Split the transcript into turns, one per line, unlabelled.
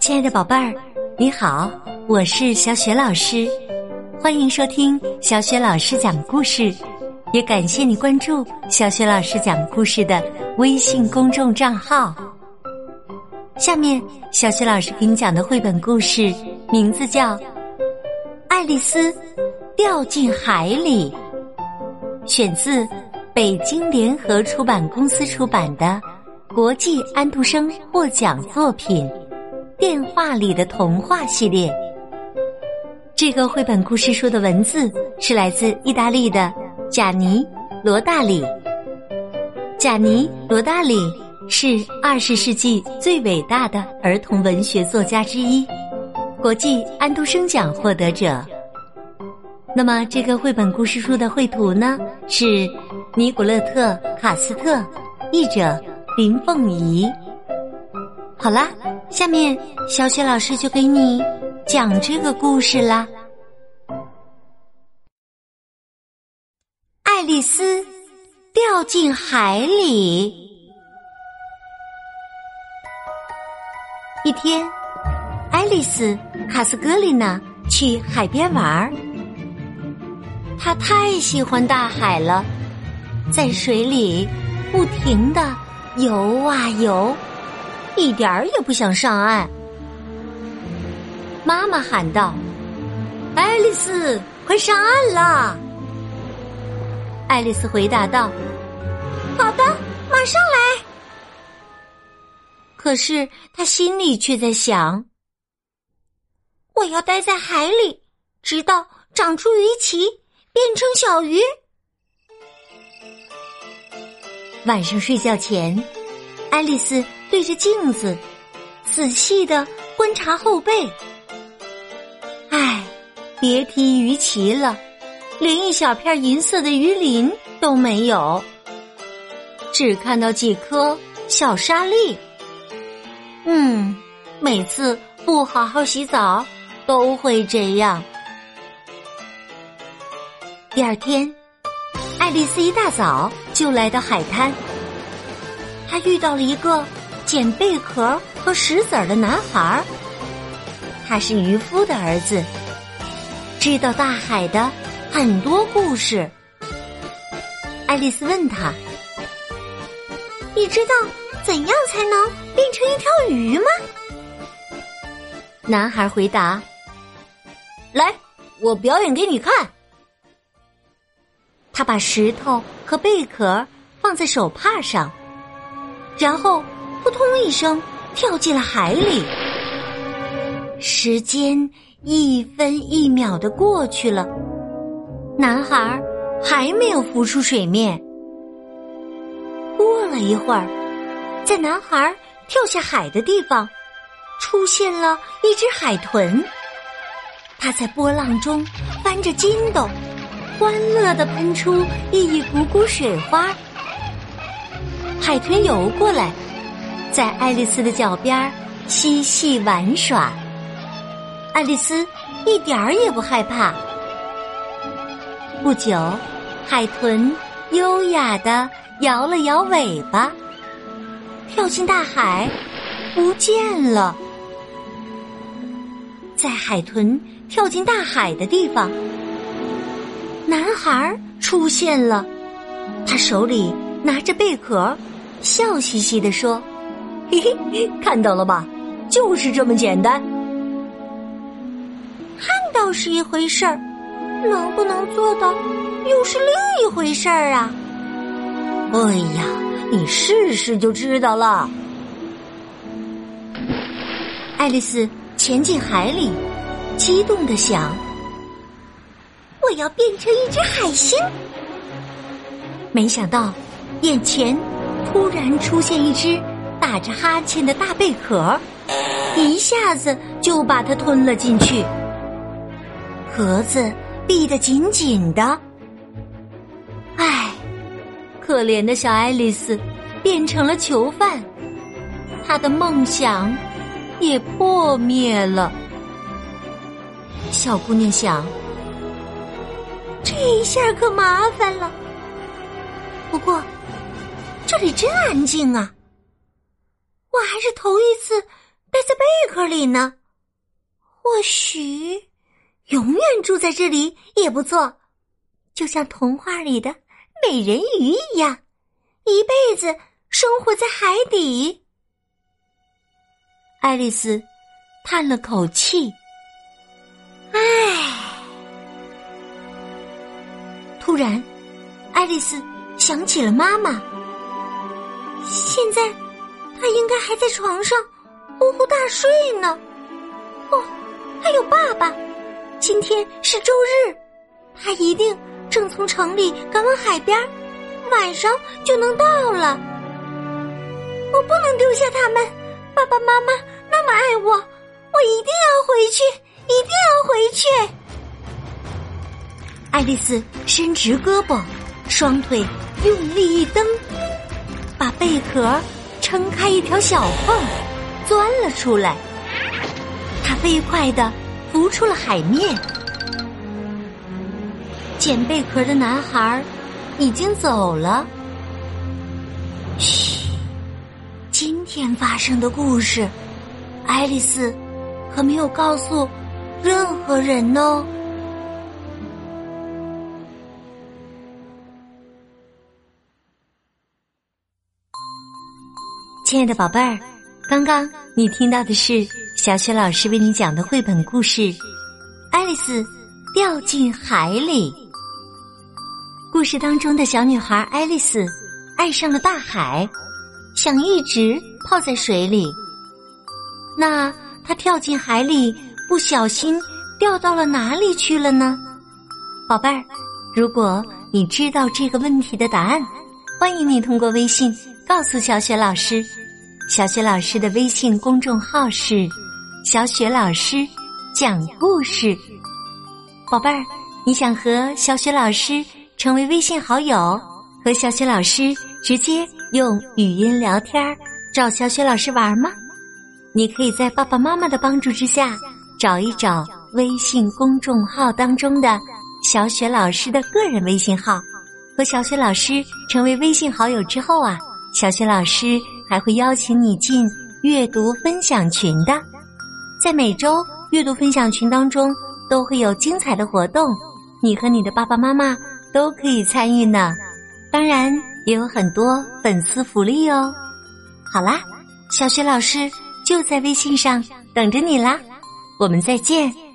亲爱的宝贝儿，你好，我是小雪老师，欢迎收听小雪老师讲故事，也感谢你关注小雪老师讲故事的微信公众账号。下面小雪老师给你讲的绘本故事名字叫《爱丽丝掉进海里》，选自北京联合出版公司出版的国际安徒生获奖作品电话里的童话系列。这个绘本故事书的文字是来自意大利的贾尼·罗大里。贾尼·罗大里是20世纪最伟大的儿童文学作家之一，国际安徒生奖获得者。那么这个绘本故事书的绘图呢，是尼古勒特·卡斯特，译者林凤仪。好啦，下面小雪老师就给你讲这个故事啦。爱丽丝掉进海里。一天，爱丽丝·卡斯格丽娜去海边玩，她太喜欢大海了，在水里不停地游啊游，一点儿也不想上岸。妈妈喊道：“爱丽丝，快上岸啦！”爱丽丝回答道：“好的，马上来。”可是她心里却在想：“我要待在海里，直到长出鱼鳍，变成小鱼。”晚上睡觉前，爱丽丝对着镜子仔细地观察后背。唉，别提鱼鳍了，连一小片银色的鱼鳞都没有，只看到几颗小沙粒。每次不好好洗澡都会这样。第二天，爱丽丝一大早就来到海滩，她遇到了一个捡贝壳和石子儿的男孩，他是渔夫的儿子，知道大海的很多故事。爱丽丝问他：“你知道怎样才能变成一条鱼吗？”男孩回答：“来，我表演给你看。”他把石头和贝壳放在手帕上，然后扑通一声跳进了海里。时间一分一秒地过去了，男孩还没有浮出水面。过了一会儿，在男孩跳下海的地方出现了一只海豚，它在波浪中翻着筋斗，欢乐地喷出一股股水花。海豚游过来，在爱丽丝的脚边嬉戏玩耍。爱丽丝一点儿也不害怕。不久，海豚优雅地摇了摇尾巴，跳进大海，不见了。在海豚跳进大海的地方，男孩出现了，他手里拿着贝壳，笑嘻嘻地说：“嘿嘿，看到了吧，就是这么简单。”看到是一回事儿，能不能做到又是另一回事儿啊！哎呀，你试试就知道了。爱丽丝潜进海里，激动地想：“我要变成一只海星。”没想到，眼前突然出现一只打着哈欠的大贝壳，一下子就把它吞了进去。盒子闭得紧紧的。唉，可怜的小爱丽丝变成了囚犯，她的梦想也破灭了。小姑娘想，这一下可麻烦了。不过这里真安静啊，我还是头一次
待在贝壳里呢？或许永远住在这里也不错，就像童话里的美人鱼一样，一辈子生活在海底。
爱丽丝叹了口气，突然，爱丽丝想起了妈妈。
现在她应该还在床上呼呼大睡呢。哦，还有爸爸，今天是周日，他一定正从城里赶往海边，晚上就能到了。我不能丢下他们，爸爸妈妈那么爱我，我一定要回去，一定要回去。
爱丽丝伸直胳膊，双腿用力一蹬，把贝壳撑开一条小缝，钻了出来。她飞快地浮出了海面。捡贝壳的男孩已经走了。
嘘，今天发生的故事，爱丽丝可没有告诉任何人哦。
亲爱的宝贝儿，刚刚你听到的是小雪老师为你讲的绘本故事《爱丽丝掉进海里》。故事当中的小女孩爱丽丝爱上了大海，想一直泡在水里。那她跳进海里，不小心掉到了哪里去了呢？宝贝儿，如果你知道这个问题的答案，欢迎你通过微信告诉小雪老师。小雪老师的微信公众号是小雪老师讲故事。宝贝儿，你想和小雪老师成为微信好友，和小雪老师直接用语音聊天找小雪老师玩吗？你可以在爸爸妈妈的帮助之下，找一找微信公众号当中的小雪老师的个人微信号，和小雪老师成为微信好友之后啊，小雪老师还会邀请你进阅读分享群的。在每周阅读分享群当中都会有精彩的活动，你和你的爸爸妈妈都可以参与呢。当然也有很多粉丝福利哦。好啦，小雪老师就在微信上等着你啦，我们再见。